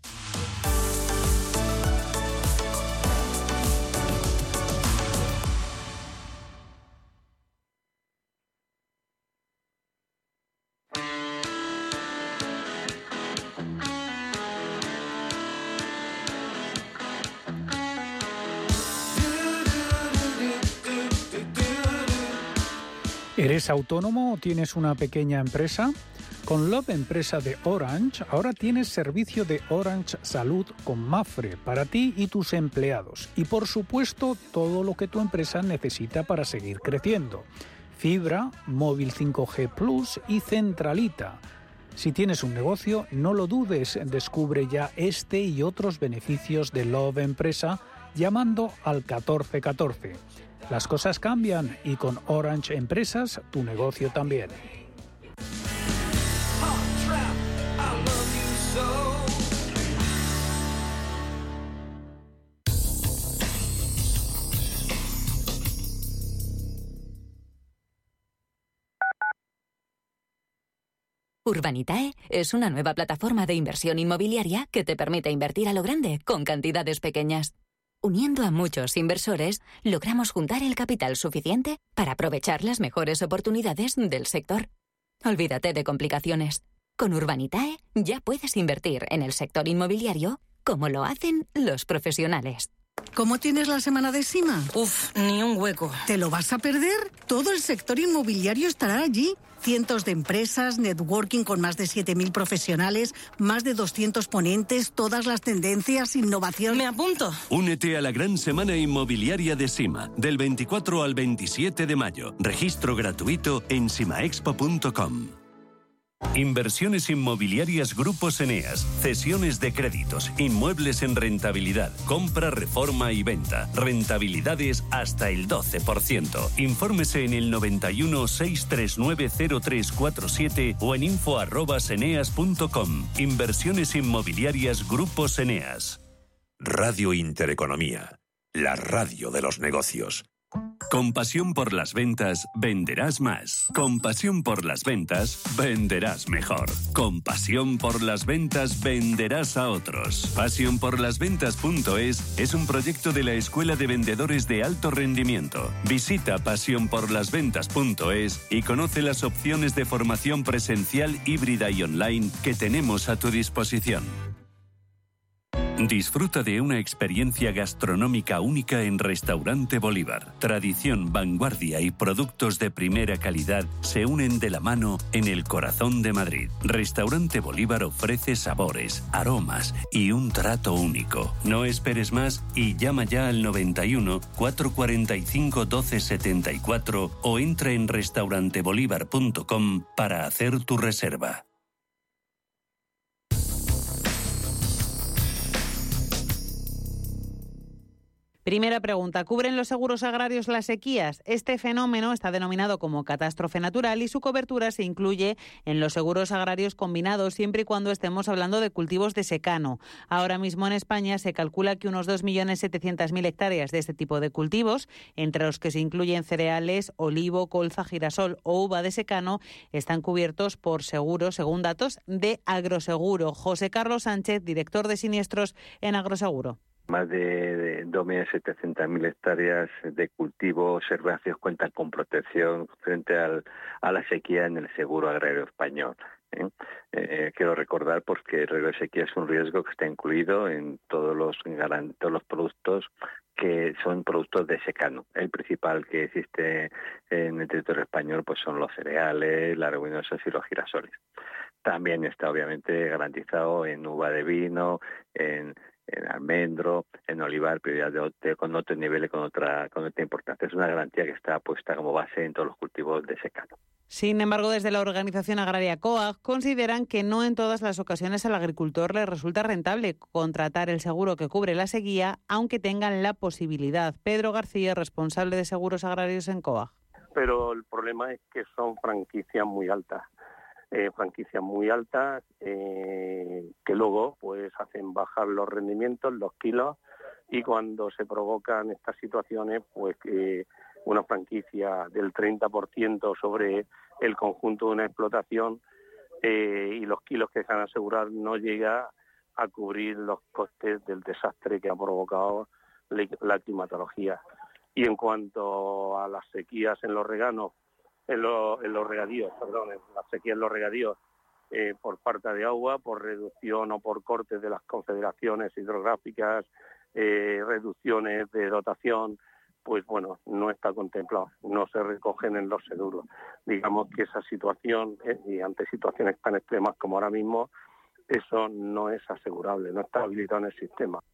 ¿Eres autónomo o tienes una pequeña empresa? Con Love Empresa de Orange, ahora tienes servicio de Orange Salud con Mapfre para ti y tus empleados. Y por supuesto, todo lo que tu empresa necesita para seguir creciendo. Fibra, móvil cinco G Plus y centralita. Si tienes un negocio, no lo dudes, descubre ya este y otros beneficios de Love Empresa llamando al catorce catorce. Las cosas cambian y con Orange Empresas tu negocio también. Urbanitae es una nueva plataforma de inversión inmobiliaria que te permite invertir a lo grande con cantidades pequeñas. Uniendo a muchos inversores, logramos juntar el capital suficiente para aprovechar las mejores oportunidades del sector. Olvídate de complicaciones. Con Urbanitae ya puedes invertir en el sector inmobiliario como lo hacen los profesionales. ¿Cómo tienes la semana de SIMA? Uf, ni un hueco. ¿Te lo vas a perder? Todo el sector inmobiliario estará allí. Cientos de empresas, networking con más de siete mil profesionales, más de doscientos ponentes, todas las tendencias, innovación. Me apunto. Únete a la gran semana inmobiliaria de SIMA, del veinticuatro al veintisiete de mayo. Registro gratuito en simaexpo punto com. Inversiones inmobiliarias Grupos Eneas, cesiones de créditos, inmuebles en rentabilidad, compra, reforma y venta, rentabilidades hasta el doce por ciento. Infórmese en el noventa y uno, seiscientos treinta y nueve, cero tres cuatro siete o en info arroba seneas punto com. Inversiones inmobiliarias Grupos Eneas. Radio Intereconomía, la radio de los negocios. Con pasión por las ventas, venderás más. Con pasión por las ventas, venderás mejor. Con pasión por las ventas, venderás a otros. pasión por las ventas punto es es un proyecto de la Escuela de Vendedores de Alto Rendimiento. Visita pasión por las ventas punto es y conoce las opciones de formación presencial, híbrida y online que tenemos a tu disposición. Disfruta de una experiencia gastronómica única en Restaurante Bolívar. Tradición, vanguardia y productos de primera calidad se unen de la mano en el corazón de Madrid. Restaurante Bolívar ofrece sabores, aromas y un trato único. No esperes más y llama ya al noventa y uno, cuatrocientos cuarenta y cinco, doce setenta y cuatro o entra en restaurante bolívar punto com para hacer tu reserva. Primera pregunta. ¿Cubren los seguros agrarios las sequías? Este fenómeno está denominado como catástrofe natural y su cobertura se incluye en los seguros agrarios combinados siempre y cuando estemos hablando de cultivos de secano. Ahora mismo en España se calcula que unos dos millones setecientas mil hectáreas de este tipo de cultivos, entre los que se incluyen cereales, olivo, colza, girasol o uva de secano, están cubiertos por seguros según datos de Agroseguro. José Carlos Sánchez, director de siniestros en Agroseguro. Más de dos millones setecientas mil hectáreas de cultivos herbáceos cuentan con protección frente al, a la sequía en el seguro agrario español. ¿eh? Eh, quiero recordar pues, que el riesgo de sequía es un riesgo que está incluido en todos los, en todos los productos que son productos de secano. El principal que existe en el territorio español pues son los cereales, las leguminosas y los girasoles. También está obviamente garantizado en uva de vino, en en almendro, en olivar, pero ya de, de, con otro nivel y con otra, con otra importancia. Es una garantía que está puesta como base en todos los cultivos de secano. Sin embargo, desde la organización agraria COAG consideran que no en todas las ocasiones al agricultor le resulta rentable contratar el seguro que cubre la sequía, aunque tengan la posibilidad. Pedro García, responsable de seguros agrarios en COAG. Pero el problema es que son franquicias muy altas. Eh, franquicias muy altas eh, que luego pues hacen bajar los rendimientos, los kilos, y cuando se provocan estas situaciones pues que una franquicia del treinta por ciento sobre el conjunto de una explotación eh, y los kilos que dejan asegurar no llega a cubrir los costes del desastre que ha provocado la climatología. Y en cuanto a las sequías en los reganos, En, lo, en los regadíos, perdón, en la sequía en los regadíos eh, por falta de agua, por reducción o por cortes de las confederaciones hidrográficas, eh, reducciones de dotación, pues bueno, no está contemplado, no se recogen en los seguros. Digamos que esa situación, eh, y ante situaciones tan extremas como ahora mismo, eso no es asegurable, no está habilitado en el sistema.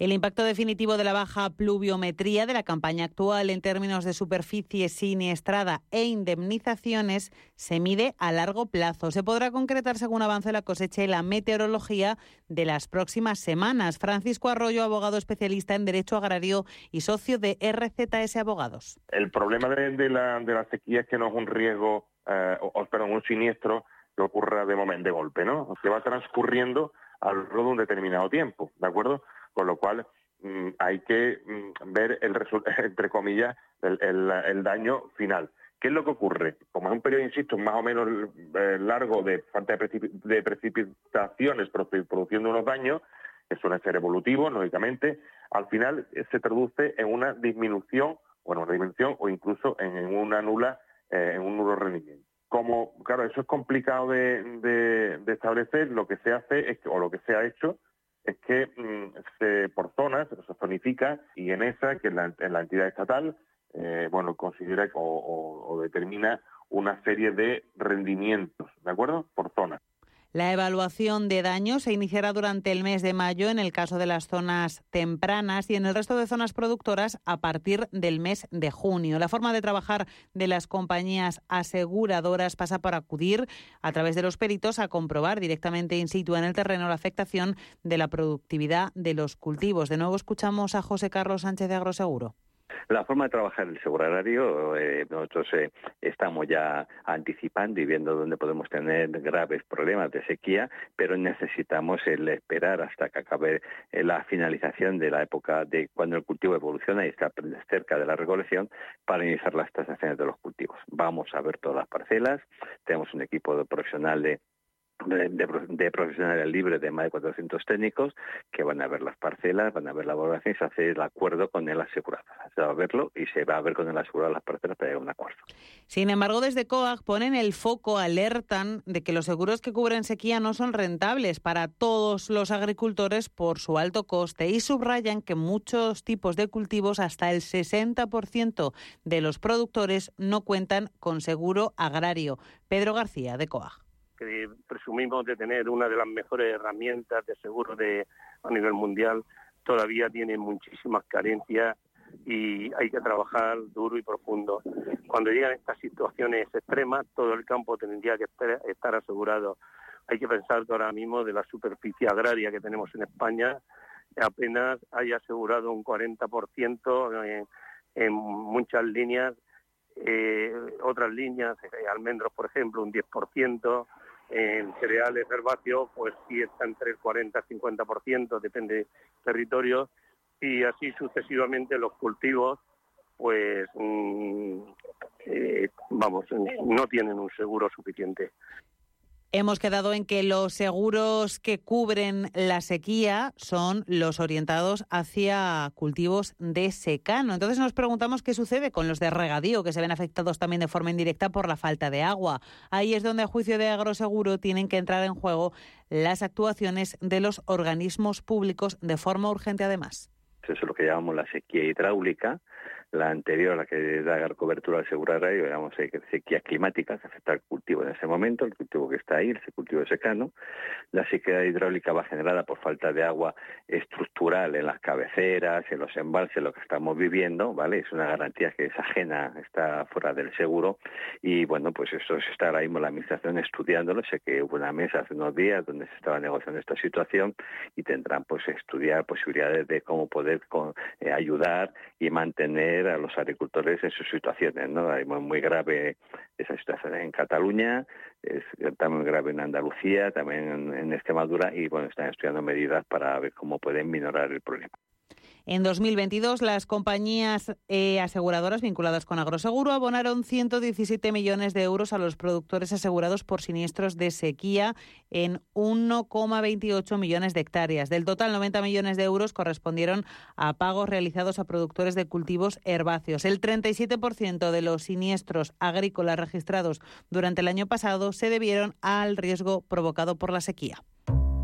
El impacto definitivo de la baja pluviometría de la campaña actual en términos de superficie siniestrada e indemnizaciones se mide a largo plazo. Se podrá concretar según avance la cosecha y la meteorología de las próximas semanas. Francisco Arroyo, abogado especialista en Derecho Agrario y socio de R Z S Abogados. El problema de, de, la, de la sequía es que no es un riesgo, eh, o, perdón, un siniestro que ocurra de momento, de golpe, ¿no? Que va transcurriendo a lo largo de un determinado tiempo, ¿de acuerdo? Con lo cual mmm, hay que mmm, ver el resultado, entre comillas, el, el, el daño final. ¿Qué es lo que ocurre? Como es un periodo, insisto, más o menos eh, largo de falta de, precip de precipitaciones produciendo unos daños, que suelen ser evolutivos, lógicamente, al final eh, se traduce en una disminución, bueno, una disminución o incluso en, en una nula, eh, en un nulo rendimiento. Como, claro, eso es complicado de, de, de establecer, lo que se hace es que, o lo que se ha hecho es que mmm, se por zonas, se zonifica y en esa, que en la, en la entidad estatal, eh, bueno, considera o, o, o determina una serie de rendimientos, ¿de acuerdo? Por zonas. La evaluación de daños se iniciará durante el mes de mayo en el caso de las zonas tempranas y en el resto de zonas productoras a partir del mes de junio. La forma de trabajar de las compañías aseguradoras pasa por acudir a través de los peritos a comprobar directamente in situ en el terreno la afectación de la productividad de los cultivos. De nuevo escuchamos a José Carlos Sánchez de Agroseguro. La forma de trabajar el seguro agrario, eh, nosotros eh, estamos ya anticipando y viendo dónde podemos tener graves problemas de sequía, pero necesitamos el esperar hasta que acabe eh, la finalización de la época de cuando el cultivo evoluciona y está cerca de la recolección para iniciar las tasaciones de los cultivos. Vamos a ver todas las parcelas, tenemos un equipo de profesional de De, de, de profesionales libres de más de cuatrocientos técnicos que van a ver las parcelas, van a ver la valoración y se hace el acuerdo con el asegurado. Se va a verlo y se va a ver con el asegurado las parcelas para llegar a un acuerdo. Sin embargo, desde COAG ponen el foco, alertan de que los seguros que cubren sequía no son rentables para todos los agricultores por su alto coste y subrayan que muchos tipos de cultivos, hasta el sesenta por ciento de los productores, no cuentan con seguro agrario. Pedro García, de COAG. Que presumimos de tener una de las mejores herramientas de seguro de, a nivel mundial, todavía tiene muchísimas carencias y hay que trabajar duro y profundo. Cuando llegan estas situaciones extremas, todo el campo tendría que estar asegurado. Hay que pensar que ahora mismo de la superficie agraria que tenemos en España, apenas hay asegurado un cuarenta por ciento en, en muchas líneas, eh, otras líneas, eh, almendros por ejemplo, un diez por ciento, en cereales herbáceos pues sí está entre el cuarenta y cincuenta por ciento, depende del territorio, y así sucesivamente los cultivos pues mmm, eh, vamos, no tienen un seguro suficiente. Hemos quedado en que los seguros que cubren la sequía son los orientados hacia cultivos de secano. Entonces nos preguntamos qué sucede con los de regadío, que se ven afectados también de forma indirecta por la falta de agua. Ahí es donde, a juicio de Agroseguro, tienen que entrar en juego las actuaciones de los organismos públicos de forma urgente, además. Eso es lo que llamamos la sequía hidráulica. La anterior, la que da cobertura al seguro agrario, digamos, sequías climáticas que afecta al cultivo en ese momento, el cultivo que está ahí, el cultivo de secano. La sequía hidráulica va generada por falta de agua estructural en las cabeceras, en los embalses, lo que estamos viviendo, ¿vale? Es una garantía que es ajena, está fuera del seguro y, bueno, pues eso está ahora mismo la Administración estudiándolo. Sé que hubo una mesa hace unos días donde se estaba negociando esta situación y tendrán, pues, estudiar posibilidades de cómo poder con, eh, ayudar y mantener a los agricultores en sus situaciones, ¿no? Hay muy grave esa situación en Cataluña, es también grave en Andalucía, también en, en Extremadura y, bueno, están estudiando medidas para ver cómo pueden minorar el problema. En dos mil veintidós, las compañías eh, aseguradoras vinculadas con Agroseguro abonaron ciento diecisiete millones de euros a los productores asegurados por siniestros de sequía en uno coma veintiocho millones de hectáreas. Del total, noventa millones de euros correspondieron a pagos realizados a productores de cultivos herbáceos. El treinta y siete por ciento de los siniestros agrícolas registrados durante el año pasado se debieron al riesgo provocado por la sequía.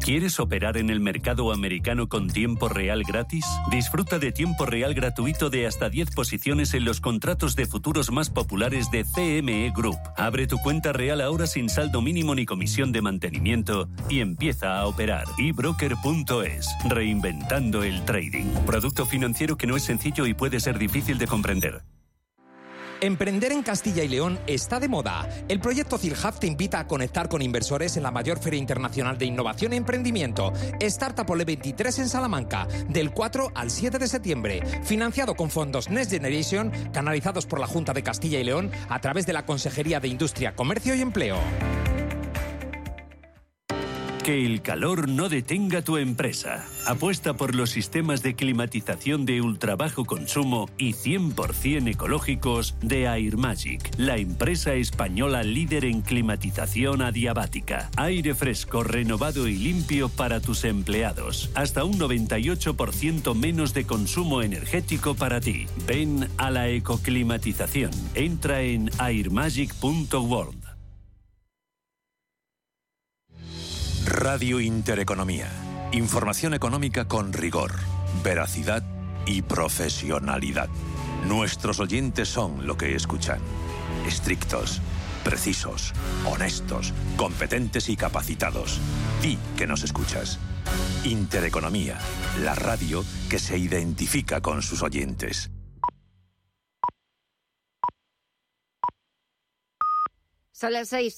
¿Quieres operar en el mercado americano con tiempo real gratis? Disfruta de tiempo real gratuito de hasta diez posiciones en los contratos de futuros más populares de C M E Group. Abre tu cuenta real ahora sin saldo mínimo ni comisión de mantenimiento y empieza a operar. i broker punto es. Reinventando el trading. Producto financiero que no es sencillo y puede ser difícil de comprender. Emprender en Castilla y León está de moda. El proyecto CIRHub te invita a conectar con inversores en la mayor feria internacional de innovación y emprendimiento, Startup Ole veintitrés en Salamanca, del cuatro al siete de septiembre. Financiado con fondos Next Generation, canalizados por la Junta de Castilla y León a través de la Consejería de Industria, Comercio y Empleo. Que el calor no detenga tu empresa. Apuesta por los sistemas de climatización de ultra bajo consumo y cien por ciento ecológicos de Airmagic, la empresa española líder en climatización adiabática. Aire fresco, renovado y limpio para tus empleados. Hasta un noventa y ocho por ciento menos de consumo energético para ti. Ven a la ecoclimatización. Entra en airmagic punto world. Radio Intereconomía. Información económica con rigor, veracidad y profesionalidad. Nuestros oyentes son lo que escuchan. Estrictos, precisos, honestos, competentes y capacitados. Di que nos escuchas. Intereconomía, la radio que se identifica con sus oyentes. Son las seis.